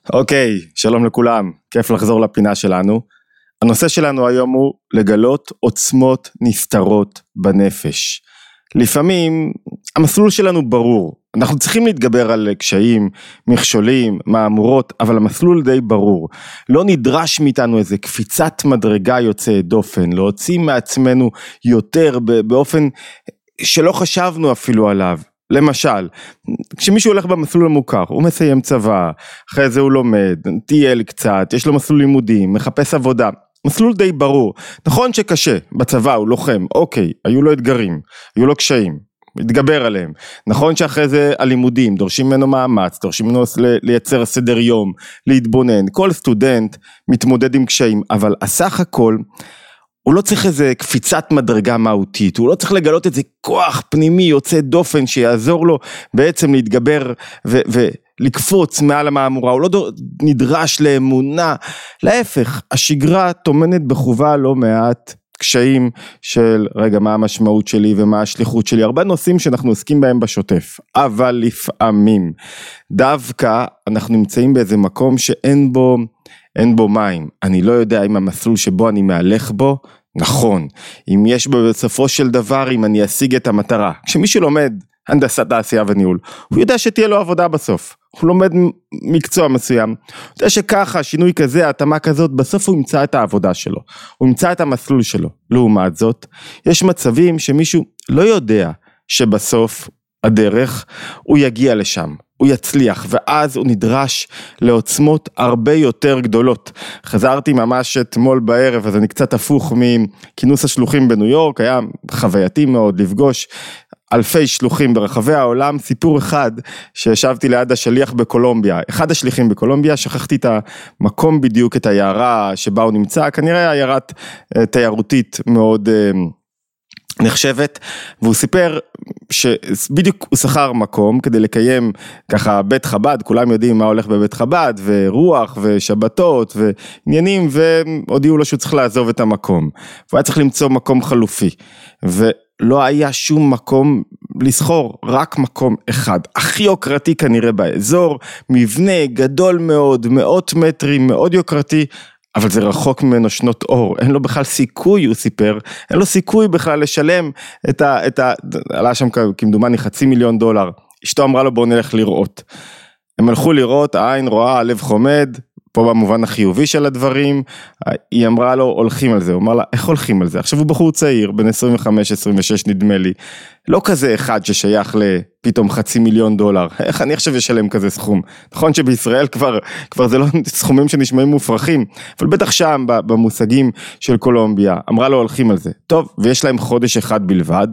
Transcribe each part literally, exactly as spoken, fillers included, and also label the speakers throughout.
Speaker 1: אוקיי, שלום לכולם, כיף לחזור לפינה שלנו. הנושא שלנו היום הוא לגלות עוצמות נסתרות בנפש. לפעמים המסלול שלנו ברור, אנחנו צריכים להתגבר על קשיים, מכשולים, מאמורות, אבל המסלול די ברור. לא נדרש מאיתנו איזה קפיצת מדרגה יוצאת דופן, להוציא מעצמנו יותר באופן שלא חשבנו אפילו עליו. למשל, כשמישהו הולך במסלול המוכר, הוא מסיים צבא, אחרי זה הוא לומד, טייל קצת, יש לו מסלול לימודים, מחפש עבודה, מסלול די ברור. נכון שקשה, בצבא הוא לוחם, אוקיי, היו לו אתגרים, היו לו קשיים, התגבר עליהם. נכון שאחרי זה הלימודים, דורשים ממנו מאמץ, דורשים ממנו לייצר סדר יום, להתבונן, כל סטודנט מתמודד עם קשיים, אבל הסך הכל, הוא לא צריך איזה קפיצת מדרגה מהותית, הוא לא צריך לגלות איזה כוח פנימי יוצא דופן שיעזור לו בעצם להתגבר ו- ולקפוץ מעל המאמורה, הוא לא נדרש לאמונה, להפך, השגרה תומנת בחובה לא מעט קשיים של רגע מה המשמעות שלי ומה השליחות שלי, הרבה נושאים שאנחנו עוסקים בהם בשוטף, אבל לפעמים דווקא אנחנו נמצאים באיזה מקום שאין בו, אין בו מים, אני לא יודע אם המסלול שבו אני מהלך בו, נכון, אם יש בו בסופו של דבר, אם אני אשיג את המטרה, כשמישהו לומד הנדסת תעשייה וניהול, הוא יודע שתהיה לו עבודה בסוף, הוא לומד מקצוע מסוים, הוא יודע שככה, שינוי כזה, התאמה כזאת, בסוף הוא ימצא את העבודה שלו, הוא ימצא את המסלול שלו, לעומת זאת, יש מצבים שמישהו לא יודע שבסוף הדרך, הוא יגיע לשם, הוא יצליח, ואז הוא נדרש לעוצמות הרבה יותר גדולות. חזרתי ממש אתמול בערב, אז אני קצת הפוך מכינוס השלוחים בניו יורק, היה חווייתי מאוד לפגוש אלפי שלוחים ברחבי העולם, סיפור אחד שישבתי ליד השליח בקולומביה, אחד השליחים בקולומביה, שכחתי את המקום בדיוק, את היערה שבה הוא נמצא, כנראה היערת תיירותית מאוד נחשבת, והוא סיפר שבדיוק הוא שכר מקום כדי לקיים ככה בית חב"ד, כולם יודעים מה הולך בבית חב"ד, ורוח ושבתות ועניינים, והודיעו לו שהוא צריך לעזוב את המקום, והוא היה צריך למצוא מקום חלופי, ולא היה שום מקום לסחור, רק מקום אחד, הכי יוקרתי כנראה באזור, מבנה גדול מאוד, מאות מטרים, מאוד יוקרתי, אבל זה רחוק ממנו שנות אור, אין לו בכלל סיכוי, הוא סיפר, אין לו סיכוי בכלל לשלם את ה, את ה, עלה שם כמדומני חצי מיליון דולר, אשתו אמרה לו בוא נלך לראות, הם הלכו לראות, העין רואה, הלב חומד, פה במובן החיובי של הדברים, היא אמרה לו הולכים על זה, הוא אמר לה איך הולכים על זה, עכשיו הוא בחור צעיר, בין עשרים וחמש עשרים ושש נדמה לי, לא כזה אחד ששייך לפתאום חצי מיליון דולר, איך אני עכשיו אשלם כזה סכום, נכון שבישראל כבר, כבר זה לא סכומים שנשמעים מופרכים, אבל בטח שם במושגים של קולומביה, אמרה לו הולכים על זה, טוב, ויש להם חודש אחד בלבד,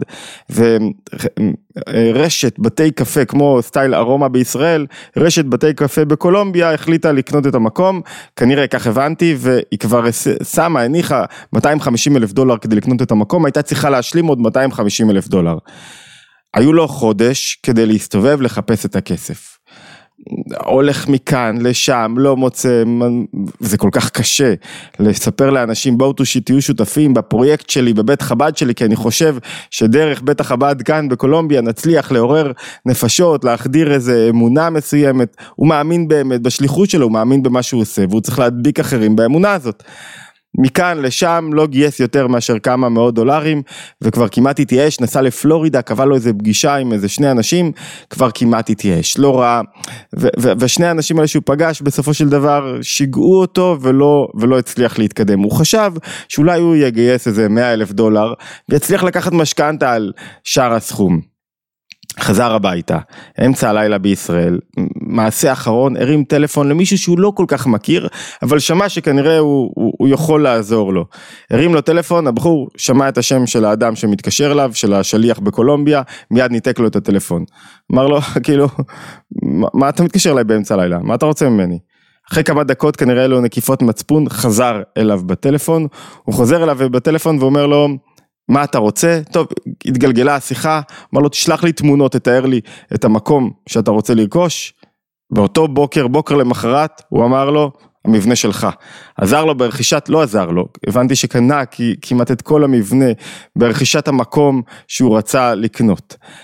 Speaker 1: ורשת בתי קפה כמו סטייל ארומה בישראל, רשת בתי קפה בקולומביה החליטה לקנות את המקום, כנראה כך הבנתי, והיא כבר שמה, הניחה מאתיים וחמישים אלף דולר כדי לקנות את המקום, הייתה צריכה להשלים עוד מאתיים וחמישים אלף דולר. היו לו חודש כדי להסתובב לחפש את הכסף. הולך מכאן לשם, לא מוצא, זה כל כך קשה לספר לאנשים, בואו תהיו שותפים בפרויקט שלי, בבית חב"ד שלי, כי אני חושב שדרך בית החב"ד כאן בקולומביה נצליח לעורר נפשות, להחדיר איזה אמונה מסוימת, הוא מאמין באמת בשליחות שלו, הוא מאמין במה שהוא עושה, והוא צריך להדביק אחרים באמונה הזאת. מכאן לשם לא גייס יותר מאשר כמה מאות דולרים, וכבר כמעט התייאש, נסע לפלורידה, קבע לו איזה פגישה עם איזה שני אנשים, כבר כמעט התייאש, לא רע, ו- ו- ושני האנשים האלה שהוא פגש, בסופו של דבר שיגעו אותו, ולא, ולא הצליח להתקדם, הוא חשב שאולי הוא יגייס איזה מאה אלף דולר, ויצליח לקחת משכנתה על שאר הסכום. חזר הביתה, אמצע הלילה בישראל, מעשה אחרון, הרים טלפון למישהו שהוא לא כל כך מכיר, אבל שמע שכנראה הוא, הוא, הוא יכול לעזור לו. הרים לו טלפון, הבחור שמע את השם של האדם שמתקשר אליו, של השליח בקולומביה, מיד ניתק לו את הטלפון. אמר לו, כאילו, מה, מה אתה מתקשר אליי באמצע הלילה? מה אתה רוצה ממני? אחרי כמה דקות כנראה לו נקיפות מצפון, חזר אליו בטלפון, הוא חוזר אליו בטלפון ואומר לו, מה אתה רוצה? טוב, התגלגלה השיחה, אמר לו, תשלח לי תמונות, תתאר לי את המקום שאתה רוצה לרכוש, באותו בוקר, בוקר למחרת, הוא אמר לו, המבנה שלך, עזר לו ברכישת, לא עזר לו, הבנתי שקנה כמעט את כל המבנה, ברכישת המקום שהוא רצה לקנות.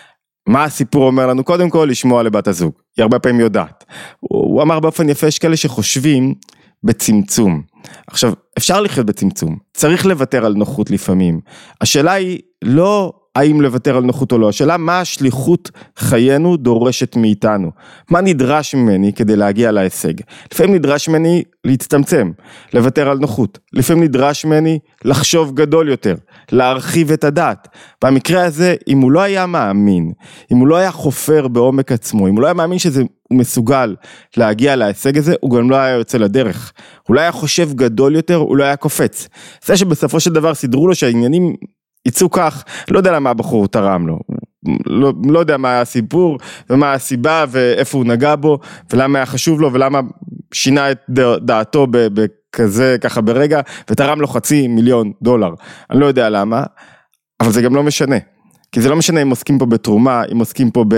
Speaker 1: מה הסיפור אומר לנו? קודם כל, לשמוע לבת הזוג. היא הרבה פעמים יודעת. הוא, הוא אמר באופן יפה, יש כאלה שחושבים בצמצום. עכשיו, אפשר לחיות בצמצום. צריך לוותר על נוחות לפעמים. השאלה היא לא האם לוותר על נוחות או לא. השאלה מה השליחות חיינו דורשת מאיתנו. מה נדרש ממני כדי להגיע להישג. לפעמים נדרש ממני להצטמצם, לוותר על נוחות. לפעמים נדרש ממני לחשוב גדול יותר, להרחיב את הדעת. במקרה הזה, אם הוא לא היה מאמין, אם הוא לא היה חופר בעומק עצמו, אם הוא לא היה מאמין שזה מסוגל להגיע להישג הזה, הוא גם לא היה יוצא לדרך. הוא לא היה חושב גדול יותר, הוא לא היה קופץ. זה שבסופו של דבר סידרו לו שהעניינים יצאו כך, לא יודע למה הבחור תרם לו, לא, לא יודע מה הסיפור, ומה הסיבה, ואיפה הוא נגע בו, ולמה היה חשוב לו, ולמה שינה את דעתו בכזה, ככה ברגע, ותרם לו חצי מיליון דולר. אני לא יודע למה, אבל זה גם לא משנה. כי זה לא משנה אם עוסקים פה בתרומה, אם עוסקים פה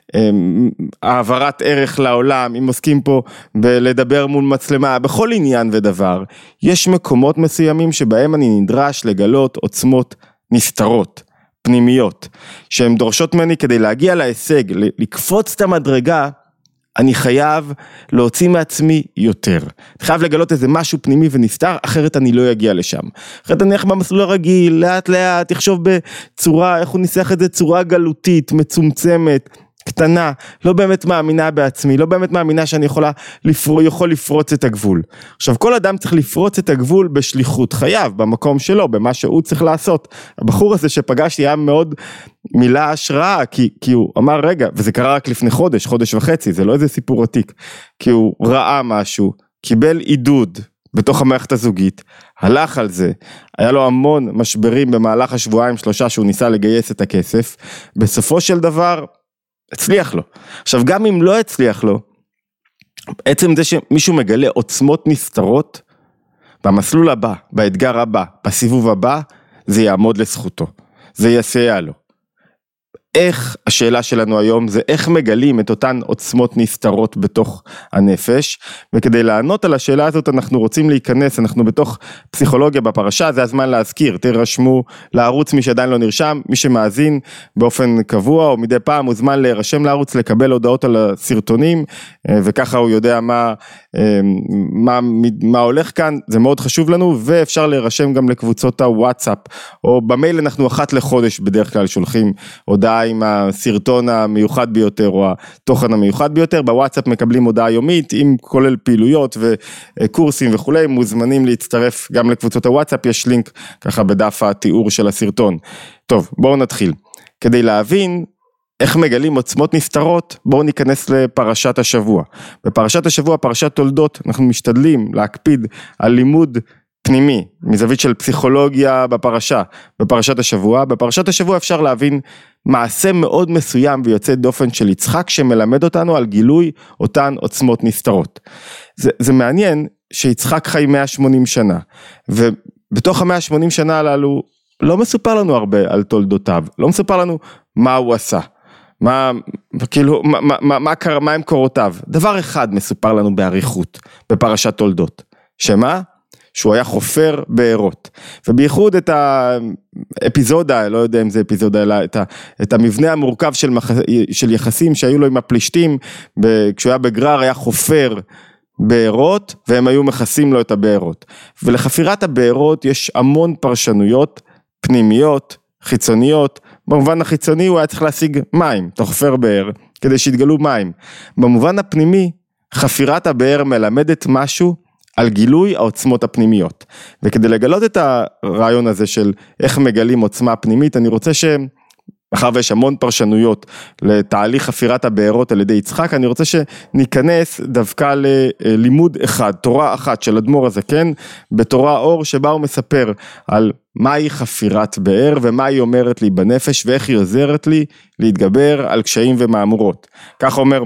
Speaker 1: בהעברת ערך לעולם, אם עוסקים פה בלדבר מול מצלמה, בכל עניין ודבר, יש מקומות מסוימים שבהם אני נדרש לגלות עוצמות נסתרות, פנימיות, שהן דורשות ממני כדי להגיע להישג, לקפוץ את המדרגה, אני חייב להוציא מעצמי יותר. אני חייב לגלות איזה משהו פנימי ונסתר, אחרת אני לא אגיע לשם. אחרת אני אלך במסלול הרגיל, לאט לאט, תחשוב בצורה, איך הוא ניסח את זה, צורה גלותית, מצומצמת, קטנה, לא באמת מאמינה בעצמי, לא באמת מאמינה שאני יכולה לפר... יכול לפרוץ את הגבול. עכשיו, כל אדם צריך לפרוץ את הגבול בשליחות חייו, במקום שלו, במה שהוא צריך לעשות. הבחור הזה שפגשתי היה מאוד מילה השראה, כי, כי הוא אמר, רגע, וזה קרה רק לפני חודש, חודש וחצי, זה לא איזה סיפור עתיק, כי הוא ראה משהו, קיבל עידוד בתוך המערכת הזוגית, הלך על זה, היה לו המון משברים במהלך השבועיים שלושה שהוא ניסה לגייס את הכסף, בסופו של דבר הצליח לו. עכשיו גם אם לא הצליח לו, עצם זה שמישהו מגלה עוצמות נסתרות, במסלול הבא, באתגר הבא, בסיבוב הבא, זה יעמוד לזכותו, זה יסייע לו. איך, השאלה שלנו היום זה איך מגלים את אותן עוצמות נסתרות בתוך הנפש, וכדי לענות על השאלה הזאת אנחנו רוצים להיכנס, אנחנו בתוך פסיכולוגיה בפרשה, זה הזמן להזכיר, תרשמו לערוץ מי שעדיין לא נרשם, מי שמאזין באופן קבוע או מדי פעם מוזמן להירשם לערוץ, לקבל הודעות על הסרטונים, וככה הוא יודע מה, מה, מה הולך כאן, זה מאוד חשוב לנו, ואפשר להירשם גם לקבוצות הוואטסאפ, או במייל אנחנו אחת לחודש בדרך כלל שולחים הודעה עם הסרטון המיוחד ביותר, או התוכן המיוחד ביותר, בוואטסאפ מקבלים הודעה יומית, עם כולל פעילויות וקורסים וכולי, מוזמנים להצטרף גם לקבוצות הוואטסאפ, יש לינק ככה בדף התיאור של הסרטון. טוב, בואו נתחיל. כדי להבין איך מגלים עוצמות נסתרות, בואו ניכנס לפרשת השבוע. בפרשת השבוע, פרשת תולדות, אנחנו משתדלים להקפיד על לימוד פנימי, מזווית של פסיכולוגיה בפרשה, בפרשת השבוע. בפרשת השבוע אפשר להבין מעשה מאוד מסוים ויוצא דופן של יצחק, שמלמד אותנו על גילוי אותן עוצמות נסתרות. זה, זה מעניין שיצחק חי מאה ושמונים שנה, ובתוך ה-מאה ושמונים שנה הללו, לא מסופר לנו הרבה על תולדותיו, לא מסופר לנו מה הוא עשה. מה, כאילו, מה, מה, מה, מה, מה הם קורותיו? דבר אחד מסופר לנו בעריכות, בפרשת תולדות. שמה? שהוא היה חופר בארות. ובייחוד את האפיזודה, לא יודע אם זה אפיזודה, אלא את, ה, את המבנה המורכב של, מח, של יחסים שהיו לו עם הפלישתים, ב, כשהוא היה בגרר, היה חופר בארות, והם היו מכסים לו את הבארות. ולחפירת הבארות יש המון פרשנויות פנימיות, חיצוניות. במובן החיצוני הוא היה צריך להשיג מים, אתה חופר באר, כדי שיתגלו מים. במובן הפנימי, חפירת הבאר מלמדת משהו על גילוי העוצמות הפנימיות. וכדי לגלות את הרעיון הזה של איך מגלים עוצמה פנימית, אני רוצה ש... מאחר ויש המון פרשנויות לתהליך חפירת הבארות על ידי יצחק, אני רוצה שניכנס דווקא ללימוד אחד, תורה אחת של אדמו"ר הזקן, בתורה אור שבה הוא מספר על מהי חפירת באר ומה היא אומרת לי בנפש ואיך היא עוזרת לי להתגבר על קשיים ומאמורות. כך אומר,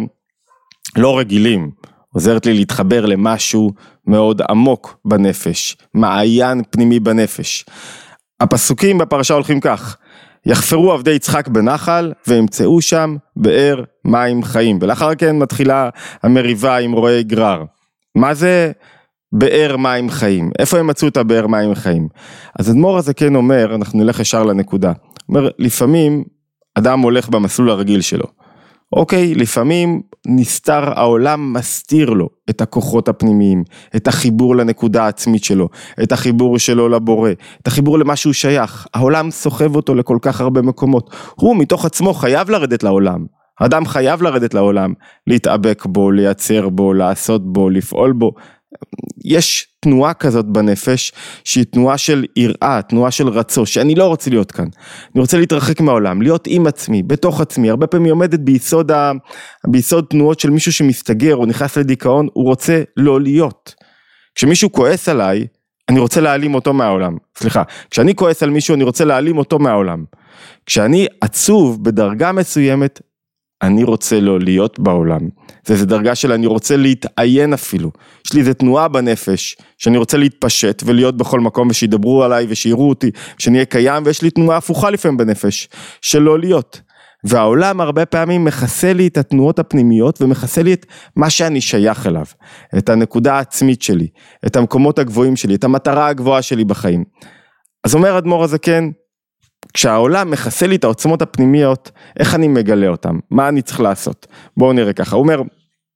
Speaker 1: לא רגילים, עוזרת לי להתחבר למשהו מאוד עמוק בנפש, מעיין פנימי בנפש. הפסוקים בפרשה הולכים כך, יחפרו עבדי יצחק בנחל וימצאו שם באר מים חיים, ולאחר כן מתחילה המריבה עם רועי גרר. מה זה באר מים חיים? איפה הם מצאו את הבאר מים חיים? אז אדמו"ר הזקן אומר, אנחנו נלך ישר לנקודה, אומר לפעמים אדם הולך במסלול הרגיל שלו. אוקיי, לפעמים נסתר, העולם מסתיר לו את הכוחות הפנימיים, את החיבור לנקודה העצמית שלו, את החיבור שלו לבורא, את החיבור למה שהוא שייך. העולם סוחב אותו לכל כך הרבה מקומות. הוא מתוך עצמו חייב לרדת לעולם. האדם חייב לרדת לעולם, להתאבק בו, לייצר בו, לעשות בו, לפעול בו. יש תנועה כזאת בנפש, שהיא תנועה של יראה, תנועה של רצו, שאני לא רוצה להיות כאן. אני רוצה להתרחק מהעולם, להיות עם עצמי, בתוך עצמי. הרבה פעמים עומדת ביסוד, ה... ביסוד תנועות של מישהו שמסתגר, או נכנס לדיכאון, הוא רוצה לא להיות. כשמישהו כועס עליי, אני רוצה להעלים אותו מהעולם. סליחה, כשאני כועס על מישהו, אני רוצה להעלים אותו מהעולם. כשאני עצוב בדרגה מסוימת, אני רוצה לא להיות בעולם. זה איזו דרגה של אני רוצה להתעיין אפילו. יש לי איזו תנועה בנפש, שאני רוצה להתפשט ולהיות בכל מקום, ושידברו עליי ושיראו אותי, שנהיה קיים, ויש לי תנועה הפוכה לפעמים בנפש, של לא להיות. והעולם הרבה פעמים מכסה לי את התנועות הפנימיות, ומכסה לי את מה שאני שייך אליו, את הנקודה העצמית שלי, את המקומות הגבוהים שלי, את המטרה הגבוהה שלי בחיים. אז אומר אדמו"ר הזקן, כשהעולם מכסה לי את העוצמות הפנימיות, איך אני מגלה אותם? מה אני צריך לעשות? בואו נראה ככה. הוא אומר,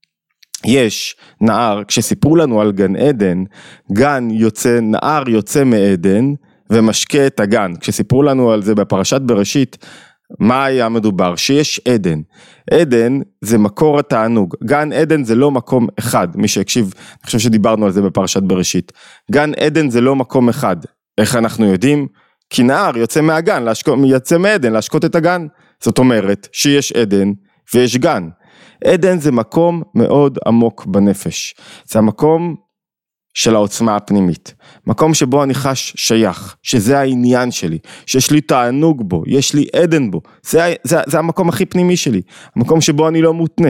Speaker 1: יש נער, כשסיפרו לנו על גן עדן, גן יוצא, נער יוצא מעדן, ומשקה את הגן. כשסיפרו לנו על זה בפרשת בראשית, מה היה מדובר? שיש עדן. עדן זה מקור התענוג. גן עדן זה לא מקום אחד. מי שהקשיב, אני חושב שדיברנו על זה בפרשת בראשית. גן עדן זה לא מקום אחד. איך אנחנו יודעים? כי נער יוצא מהגן, להשקות, יוצא מעדן, להשקות את הגן. זאת אומרת שיש עדן ויש גן. עדן זה מקום מאוד עמוק בנפש. זה המקום של העוצמה הפנימית. מקום שבו אני חש שייך, שזה העניין שלי, שיש לי תענוג בו, יש לי עדן בו. זה, זה, זה המקום הכי פנימי שלי. המקום שבו אני לא מותנה.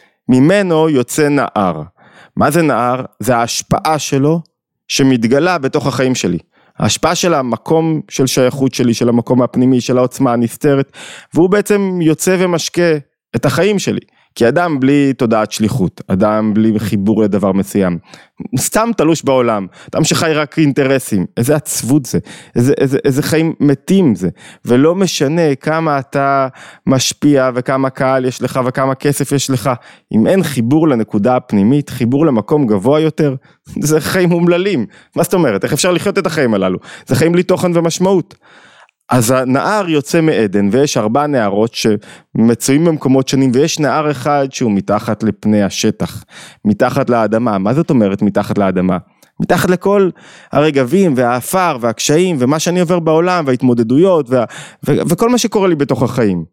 Speaker 1: ממנו יוצא נער. מה זה נער? זה ההשפעה שלו שמתגלה בתוך החיים שלי. ההשפעה של המקום של שייכות שלי, של המקום הפנימי, של העוצמה הנסתרת, והוא בעצם יוצא ומשקה את החיים שלי. כי אדם בלי תודעת שליחות, אדם בלי חיבור לדבר מסוים, סתם תלוש בעולם, אדם שחי רק אינטרסים, איזה עצבות זה, איזה, איזה, איזה חיים מתים זה, ולא משנה כמה אתה משפיע וכמה קהל יש לך וכמה כסף יש לך, אם אין חיבור לנקודה הפנימית, חיבור למקום גבוה יותר, זה חיים מומללים. מה זאת אומרת? איך אפשר לחיות את החיים הללו? זה חיים בלי תוכן ומשמעות. אז הנער יוצא מעדן, ויש ארבע נערות שמצויים במקומות שונים, ויש נער אחד שהוא מתחת לפני השטח, מתחת לאדמה. מה זאת אומרת מתחת לאדמה? מתחת לכל הרגבים והאפר והקשיים, ומה שאני עובר בעולם, וההתמודדויות, וה, ו, וכל מה שקורה לי בתוך החיים.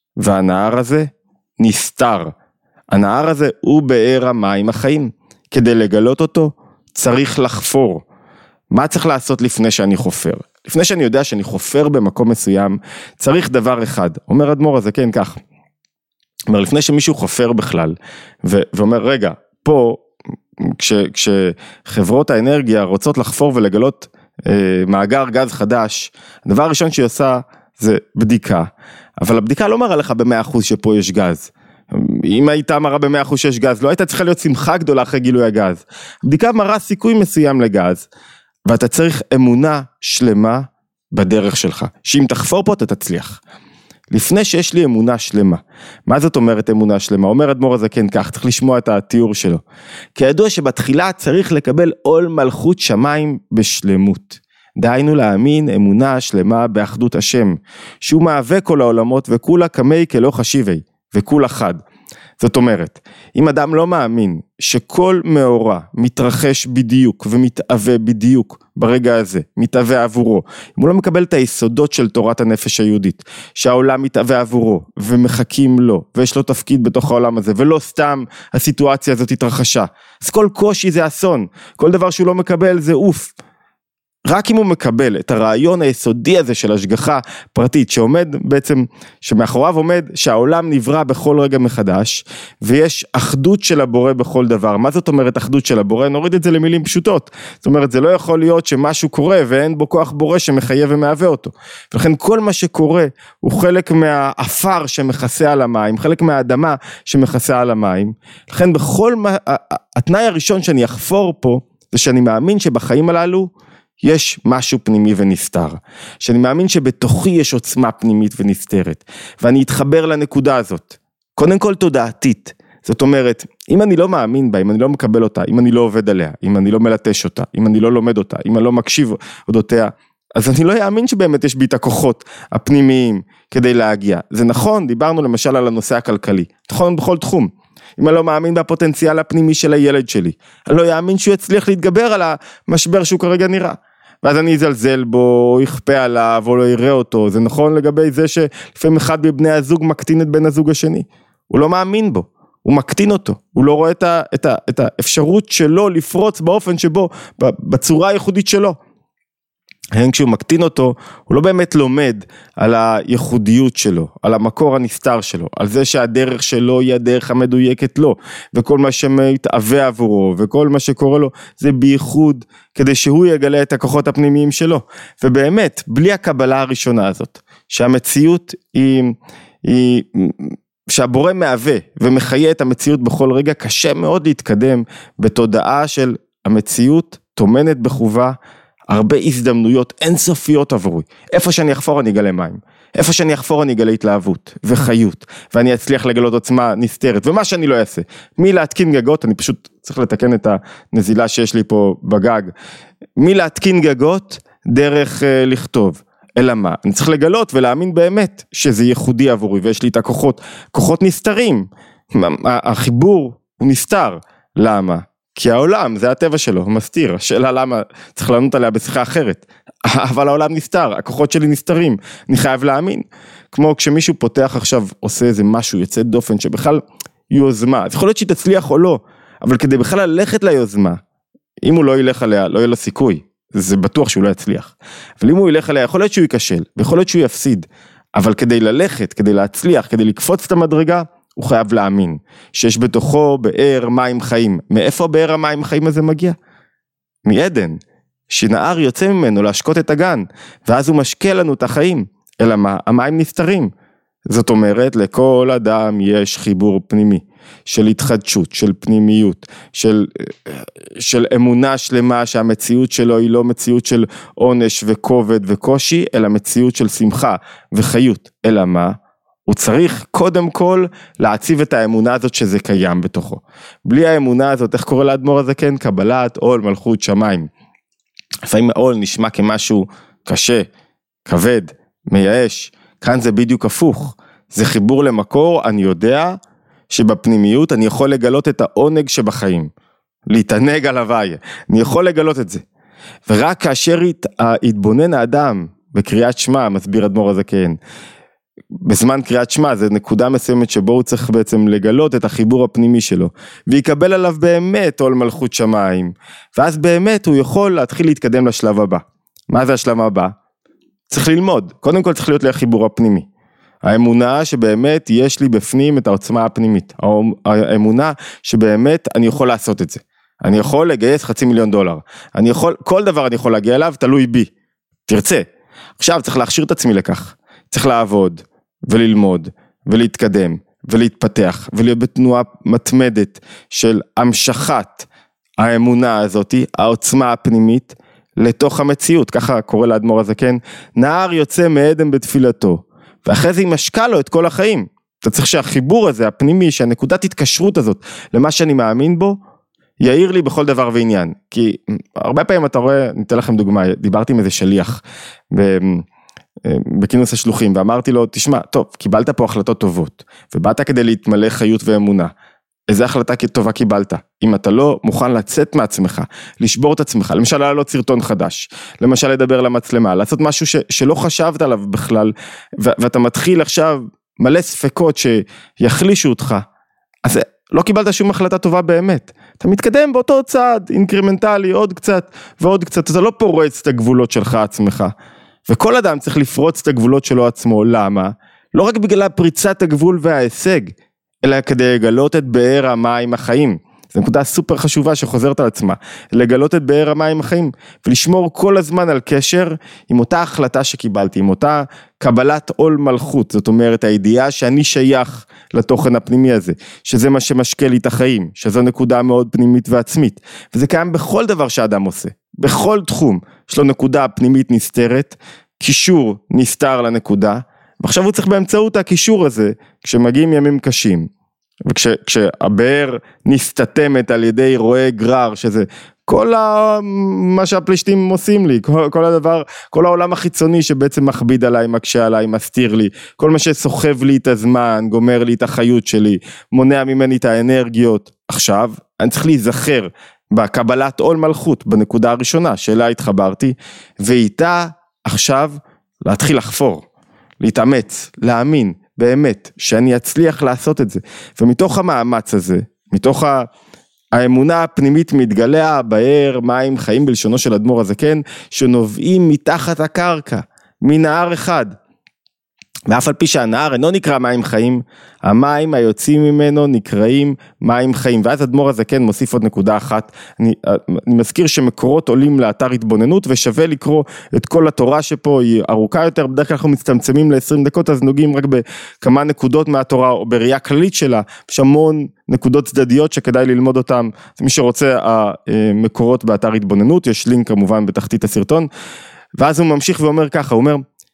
Speaker 1: והנער הזה נסתר. הנער הזה הוא באר המים החיים. כדי לגלות אותו, צריך לחפור. מה צריך לעשות לפני שאני חופר? לפני שאני יודע שאני חופר במקום מסוים, צריך דבר אחד. אומר אדמו"ר הזה, כן, כך. אומר, לפני שמישהו חופר בכלל, ו- ואומר, רגע, פה, כש- כשחברות האנרגיה רוצות לחפור ולגלות אה, מאגר גז חדש, הדבר הראשון שהיא עושה זה בדיקה. אבל הבדיקה לא מראה לך במאה אחוז שפה יש גז. אם הייתה מראה במאה אחוז שיש גז, לא הייתה צריכה להיות שמחה גדולה אחרי גילוי הגז. הבדיקה מראה סיכוי מסוים לגז, ואתה צריך אמונה שלמה בדרך שלך, שאם תחפור פה אתה תצליח. לפני שיש לי אמונה שלמה, מה זאת אומרת אמונה שלמה? אומר אדמו"ר הזקן כך, צריך לשמוע את התיאור שלו. כידוע שבתחילה צריך לקבל עול מלכות שמיים בשלמות. דהיינו להאמין אמונה שלמה באחדות השם, שהוא מהווה כל העולמות וכולה כמי כלא חשיבי, וכולה חד. זאת אומרת, אם אדם לא מאמין שכל מאורע מתרחש בדיוק ומתאווה בדיוק ברגע הזה, מתאווה עבורו, אם הוא לא מקבל את היסודות של תורת הנפש היהודית, שהעולם מתאווה עבורו ומחכים לו, ויש לו תפקיד בתוך העולם הזה, ולא סתם הסיטואציה הזאת התרחשה, אז כל קושי זה אסון, כל דבר שהוא לא מקבל זה אוף. רק אם הוא מקבל את הרעיון היסודי הזה של השגחה פרטית, שעומד בעצם, שמאחוריו עומד שהעולם נברא בכל רגע מחדש, ויש אחדות של הבורא בכל דבר. מה זאת אומרת אחדות של הבורא? נוריד את זה למילים פשוטות. זאת אומרת, זה לא יכול להיות שמשהו קורה, ואין בו כוח בורא שמחייב ומהווה אותו. ולכן כל מה שקורה, הוא חלק מהאפר שמכסה על המים, חלק מהאדמה שמכסה על המים. לכן בכל מה, התנאי הראשון שאני אחפור פה, זה שאני מאמין שבחיים הללו, יש משהו פנימי ונסתר, שאני מאמין שבתוכי יש עוצמה פנימית ונסתרת, ואני אתחבר לנקודה הזאת, קודם כל תודעתית, זאת אומרת, אם אני לא מאמין בה, אם אני לא מקבל אותה, אם אני לא עובד עליה, אם אני לא מלטש אותה, אם אני לא לומד אותה, אם אני לא מקשיב אודותיה, אז אני לא יאמין שבאמת יש בי את הכוחות הפנימיים כדי להגיע. זה נכון, דיברנו למשל על הנושא הכלכלי, נכון בכל תחום. אם אני לא מאמין בפוטנציאל הפנימי של הילד שלי, אני לא יאמין שהוא יצליח להתגבר על המשבר שהוא כרגע נראה. ואז אני אזלזל בו, או יכפה עליו, או לא יראה אותו. זה נכון לגבי זה שלפעמים אחד מבני הזוג מקטין את בן הזוג השני. הוא לא מאמין בו, הוא מקטין אותו. הוא לא רואה את, ה, את, ה, את האפשרות שלו לפרוץ באופן שבו, בצורה הייחודית שלו. הן כשהוא מקטין אותו, הוא לא באמת לומד על הייחודיות שלו, על המקור הנסתר שלו, על זה שהדרך שלו היא הדרך המדויקת לו, וכל מה שמתאווה עבורו, וכל מה שקורה לו, זה בייחוד, כדי שהוא יגלה את הכוחות הפנימיים שלו. ובאמת, בלי הקבלה הראשונה הזאת, שהמציאות היא, היא שהבורא מהווה, ומחיה את המציאות בכל רגע, קשה מאוד להתקדם בתודעה של המציאות, תומנת בחובה, הרבה הזדמנויות אינסופיות עבורי. איפה שאני אחפור אני אגלה מים. איפה שאני אחפור אני אגלה התלהבות וחיות. ואני אצליח לגלות עוצמה נסתרת. ומה שאני לא אעשה. מי להתקין גגות, אני פשוט צריך לתקן את הנזילה שיש לי פה בגג. מי להתקין גגות דרך אה, לכתוב. אלא מה? אני צריך לגלות ולהאמין באמת שזה ייחודי עבורי. ויש לי את הכוחות, כוחות נסתרים. החיבור הוא נסתר. למה? כי העולם, זה הטבע שלו, הוא מסתיר, השאלה למה, צריך לענות עליה בשיחה אחרת, אבל העולם נסתר, הכוחות שלי נסתרים, אני חייב להאמין, כמו כשמישהו פותח עכשיו, עושה איזה משהו, יוצא דופן, שבכלל יוזמה, אז יכול להיות שהיא תצליח או לא, אבל כדי בכלל ללכת ליוזמה, אם הוא לא ילך עליה, לא יהיה לו סיכוי, זה בטוח שהוא לא יצליח, אבל אם הוא ילך עליה, יכול להיות שהוא ייכשל, ויכול להיות שהוא יפסיד, אבל כדי ללכת, כדי להצליח, כדי לקפוץ את המדרגה, הוא חייב להאמין, שיש בתוכו באר מים חיים. מאיפה באר המים חיים הזה מגיע? מעדן, שנהר יוצא ממנו להשקות את הגן, ואז הוא משקה לנו את החיים, אלא מה? המים נסתרים. זאת אומרת, לכל אדם יש חיבור פנימי, של התחדשות, של פנימיות, של, של אמונה שלמה שהמציאות שלו היא לא מציאות של עונש וכובד וקושי, אלא מציאות של שמחה וחיות. אלא מה? הוא צריך קודם כל להציב את האמונה הזאת שזה קיים בתוכו. בלי האמונה הזאת, איך קורא לאדמו"ר הזקן? קבלת עול מלכות שמיים. לפעמים העול נשמע כמשהו קשה, כבד, מייאש. כאן זה בדיוק הפוך. זה חיבור למקור, אני יודע שבפנימיות אני יכול לגלות את העונג שבחיים. להתענג על הוואי. אני יכול לגלות את זה. ורק כאשר התבונן האדם בקריאת שמע, מסביר אדמו"ר הזקן, בזמן קריאת שמע, זה נקודה מסוימת שבו הוא צריך בעצם לגלות את החיבור הפנימי שלו, ויקבל עליו באמת עול מלכות שמיים, ואז באמת הוא יכול להתחיל להתקדם לשלב הבא. מה זה השלב הבא? צריך ללמוד, קודם כל צריך להיות לי החיבור הפנימי, האמונה שבאמת יש לי בפנים את העוצמה הפנימית, האמונה שבאמת אני יכול לעשות את זה, אני יכול לגייס חצי מיליון דולר, אני יכול, כל דבר אני יכול להגיע אליו, תלוי בי, תרצה, עכשיו צריך להכשיר את עצמי לכך, צריך לעבוד וללמוד ולהתקדם ולהתפתח ולהיות בתנועה מתמדת של המשכת האמונה הזאת, העוצמה הפנימית לתוך המציאות, ככה קורא לאדמו"ר הזקן, נהר יוצא מעדן בתפילתו, ואחרי זה היא משקה לו את כל החיים. אתה צריך שהחיבור הזה הפנימי, שהנקודת התקשרות הזאת למה שאני מאמין בו, יאיר לי בכל דבר ועניין, כי הרבה פעמים אתה רואה, ניתן לכם דוגמה, דיברתי עם איזה שליח ב... בכינוס השלוחים, ואמרתי לו, תשמע, טוב, קיבלת פה החלטות טובות, ובאת כדי להתמלא חיות ואמונה, איזה החלטה טובה קיבלת? אם אתה לא מוכן לצאת מעצמך, לשבור את עצמך, למשל לעלות סרטון חדש, למשל לדבר למצלמה, לעשות משהו ש, שלא חשבת עליו בכלל, ו- ואתה מתחיל עכשיו מלא ספקות שיחלישו אותך, אז לא קיבלת שום החלטה טובה באמת, אתה מתקדם באותו צעד, אינקרמנטלי, עוד קצת ועוד קצת, אתה לא פורץ את הגבולות שלך עצמך, וכל אדם צריך לפרוץ את הגבולות שלו עצמו, למה? לא רק בגלל פריצת הגבול וההישג, אלא כדי לגלות את באר המים החיים. זו נקודה סופר חשובה שחוזרת על עצמה, לגלות את באר המים החיים, ולשמור כל הזמן על קשר עם אותה החלטה שקיבלתי, עם אותה קבלת עול מלכות, זאת אומרת הידיעה שאני שייך לתוכן הפנימי הזה, שזה מה שמשקה לי את החיים, שזו נקודה מאוד פנימית ועצמית, וזה קיים בכל דבר שאדם עושה, בכל תחום, יש לו נקודה פנימית נסתרת, קישור נסתר לנקודה, ועכשיו הוא צריך באמצעות הקישור הזה, כשמגיעים ימים קשים, וכשהבאר נסתתמת על ידי רועה גרר, שזה כל ה... מה שהפלישתים עושים לי, כל, כל הדבר, כל העולם החיצוני שבעצם מכביד עליי, מקשה עליי, מסתיר לי, כל מה שסוחב לי את הזמן, גומר לי את החיות שלי, מונע ממני את האנרגיות. עכשיו, אני צריך להיזכר בקבלת עול מלכות, בנקודה הראשונה, שאליה התחברתי, ואיתה עכשיו להתחיל לחפור, להתאמץ, להאמין, באמת, שאני אצליח לעשות את זה. ומתוך המאמץ הזה, מתוך ה... האמונה הפנימית מתגלה הבאר מים חיים בלשונו של אדמו"ר הזקן, שנובעים מתחת הקרקע, מנהר אחד. ואף על פי שהנהר אינו נקרא מים חיים, המים היוצאים ממנו נקראים מים חיים. ואז אדמו"ר הזקן מוסיף עוד נקודה אחת, אני, אני מזכיר שמקורות עולים לאתר התבוננות, ושווה לקרוא את כל התורה שפה, היא ארוכה יותר, בדרך כלל אנחנו מצטמצמים ל-עשרים דקות, אז נוגעים רק בכמה נקודות מהתורה, או בראייה כללית שלה, יש המון נקודות צדדיות שכדאי ללמוד אותם, מי שרוצה המקורות באתר התבוננות, יש לינק כמובן בתחתית הסרטון, ואז הוא ממשיך ואומר ככה, הוא אומר,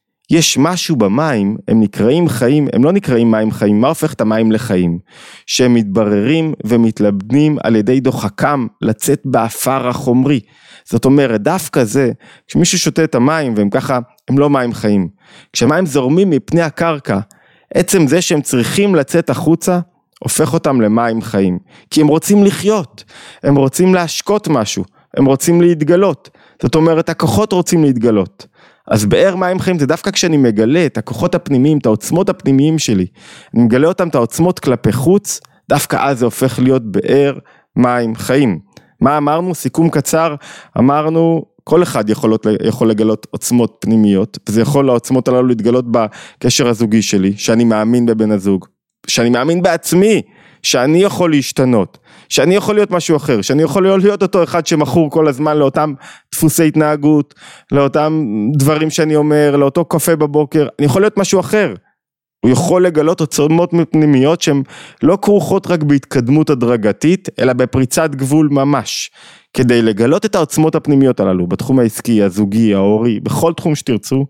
Speaker 1: יש משהו במים, הם נקראים חיים, הם לא נקראים מים חיים, מה הופך את המים לחיים? שהם מתבררים ומתלבנים על ידי דוחקם לצאת באפר החומרי. זאת אומרת, דווקא זה, כשמישהו שותה את המים והם ככה, הם לא מים חיים. כשמים זורמים מפני הקרקע, עצם זה שהם צריכים לצאת החוצה, הופך אותם למים חיים. כי הם רוצים לחיות, הם רוצים להשקות משהו, הם רוצים להתגלות. זאת אומרת, הכוחות רוצים להתגלות. אז באר מים חיים זה דווקא כשאני מגלה את הכוחות הפנימיים, את העוצמות הפנימיים שלי, אני מגלה אותם, את העוצמות כלפי חוץ, דווקא אז זה הופך להיות באר מים חיים. מה אמרנו? סיכום קצר, אמרנו, כל אחד יכול, יכול לגלות עוצמות פנימיות, וזה יכול העוצמות הללו להתגלות בקשר הזוגי שלי, שאני מאמין בבן הזוג, שאני מאמין בעצמי, שאני יכול להשתנות, שאני יכול להיות משהו אחר, שאני יכול להיות אותו אחד שמחור כל הזמן לאותם דפוסי התנהגות, לאותם דברים שאני אומר, לאותו קפה בבוקר, אני יכול להיות משהו אחר. הוא יכול לגלות עוצמות פנימיות שהן לא כרוכות רק בהתקדמות הדרגתית, אלא בפריצת גבול ממש, כדי לגלות את העוצמות הפנימיות הללו, בתחום העסקי, הזוגי, ההורי, בכל תחום שתרצו,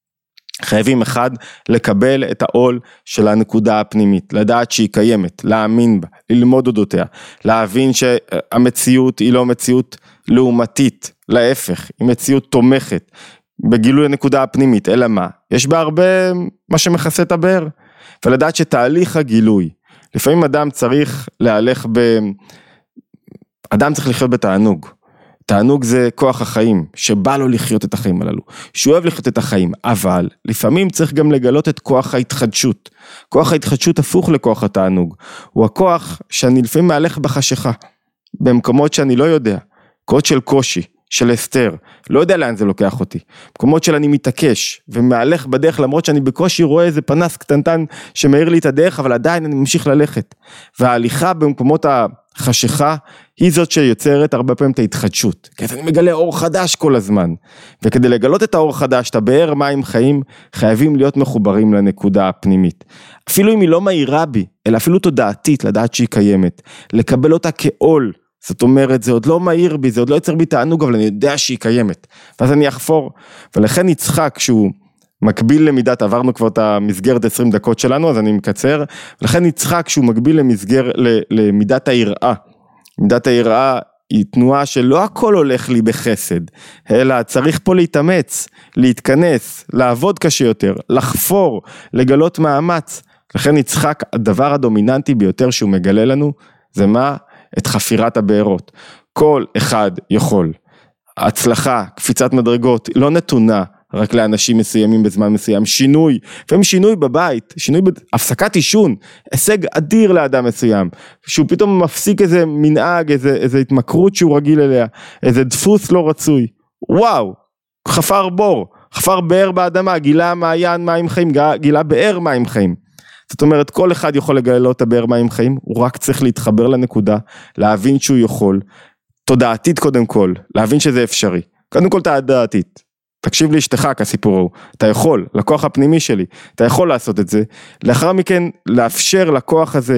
Speaker 1: חייבים אחד לקבל את העול של הנקודה הפנימית, לדעת שהיא קיימת, להאמין בה, ללמוד אודותיה, להבין שהמציאות היא לא מציאות לעומתית, להפך, היא מציאות תומכת, בגילוי הנקודה הפנימית, אלא מה? יש בה הרבה מה שמכסה את הבאר, ולדעת שתהליך הגילוי, לפעמים אדם צריך להלך ב... אדם צריך לחיות בתענוג, תענוג זה כוח החיים, שבא לו לחיות את החיים הללו, שהוא אוהב לחיות את החיים, אבל לפעמים צריך גם לגלות את כוח ההתחדשות, כוח ההתחדשות הפוך לכוח התענוג, הוא הכוח שאני לפעמים מהלך בחשיכה, במקומות שאני לא יודע, קוד של קושי, של אסתר, לא יודע לאן זה לוקח אותי, מקומות של אני מתעקש, ומהלך בדרך למרות שאני בקושי רואה איזה פנס קטנטן שמאיר לי את הדרך, אבל עדיין אני ממשיך ללכת, וההליכה במקומות החשיכה, היא זאת שיוצרת הרבה פעמים את ההתחדשות, כי אני מגלה אור חדש כל הזמן, וכדי לגלות את האור חדש, את הבאר מים חיים, חייבים להיות מחוברים לנקודה הפנימית, אפילו אם היא לא מהירה בי, אלא אפילו תודעתית, לדעת שהיא קיימת, לקבל אותה כעול, זאת אומרת, זה עוד לא מהיר בי, זה עוד לא יצר בי תענוג, אבל אני יודע שהיא קיימת, ואז אני אחפור, ולכן יצחק שהוא מקביל למידת, עברנו כבר את המסגרת עשרים דקות שלנו, אז אני מקצר, ולכן יצחק שהוא מקביל למסגר, למידת היראה, מידת היראה היא תנועה שלא הכל הולך לי בחסד, אלא צריך פה להתאמץ, להתכנס, לעבוד קשה יותר, לחפור, לגלות מאמץ, לכן יצחק הדבר הדומיננטי ביותר שהוא מגלה לנו, זה מה? את חפירת הבארות, כל אחד יכול, הצלחה, קפיצת מדרגות, לא נתונה רק לאנשים מסוימים בזמן מסוים, שינוי, לפעמים שינוי בבית, שינוי בהפסקת עישון, הישג אדיר לאדם מסוים, שהוא פתאום מפסיק איזה מנהג, איזה, איזה התמכרות שהוא רגיל אליה, איזה דפוס לא רצוי, וואו, חפר בור, חפר באר באדמה, גילה מעיין מים חיים, גילה באר מים חיים, זאת אומרת, כל אחד יכול לגלות את הבאר מים חיים, הוא רק צריך להתחבר לנקודה, להבין שהוא יכול, תודעתית קודם כל, להבין שזה אפשרי, קודם כל תודעתית, תקשיב לאשתך כסיפור הוא, אתה יכול, לכוח הפנימי שלי, אתה יכול לעשות את זה, לאחר מכן לאפשר לכוח הזה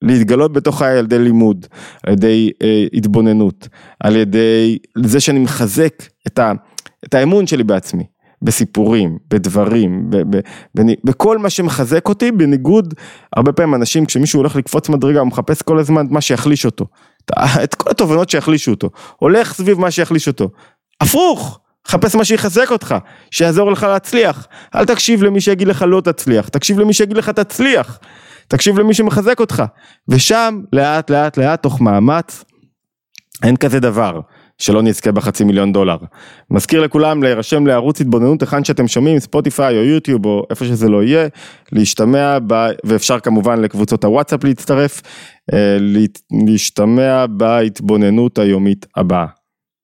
Speaker 1: להתגלות בתוך חיי על ידי לימוד, על ידי אה, התבוננות, על ידי זה שאני מחזק את, ה, את האמון שלי בעצמי, בסיפורים, בדברים, ב, ב, ב, בכל מה שמחזק אותי, בניגוד, הרבה פעמים אנשים, כשמישהו הולך לקפוץ מדרגה, הוא מחפש כל הזמן מה שיחליש אותו, את כל התובנות שיחלישו אותו, הולך סביב מה שיחליש אותו, הפוך, חפש מה שיחזק אותך, שיעזור לך להצליח, אל תקשיב למי שיגיד לך לא תצליח, תקשיב למי שיגיד לך תצליח, תקשיב למי שמחזק אותך, ושם לאט לאט לאט תוך מאמץ, אין כזה דבר שלא נזכה בחצי מיליון דולר. מזכיר לכולם להירשם לערוץ התבוננות, היכן שאתם שומעים, ספוטיפיי או יוטיוב או איפה שזה לא יהיה, להשתמע, ב... ואפשר כמובן לקבוצות הוואטסאפ להצטרף, להשתמע בהתבוננות היומית הבאה.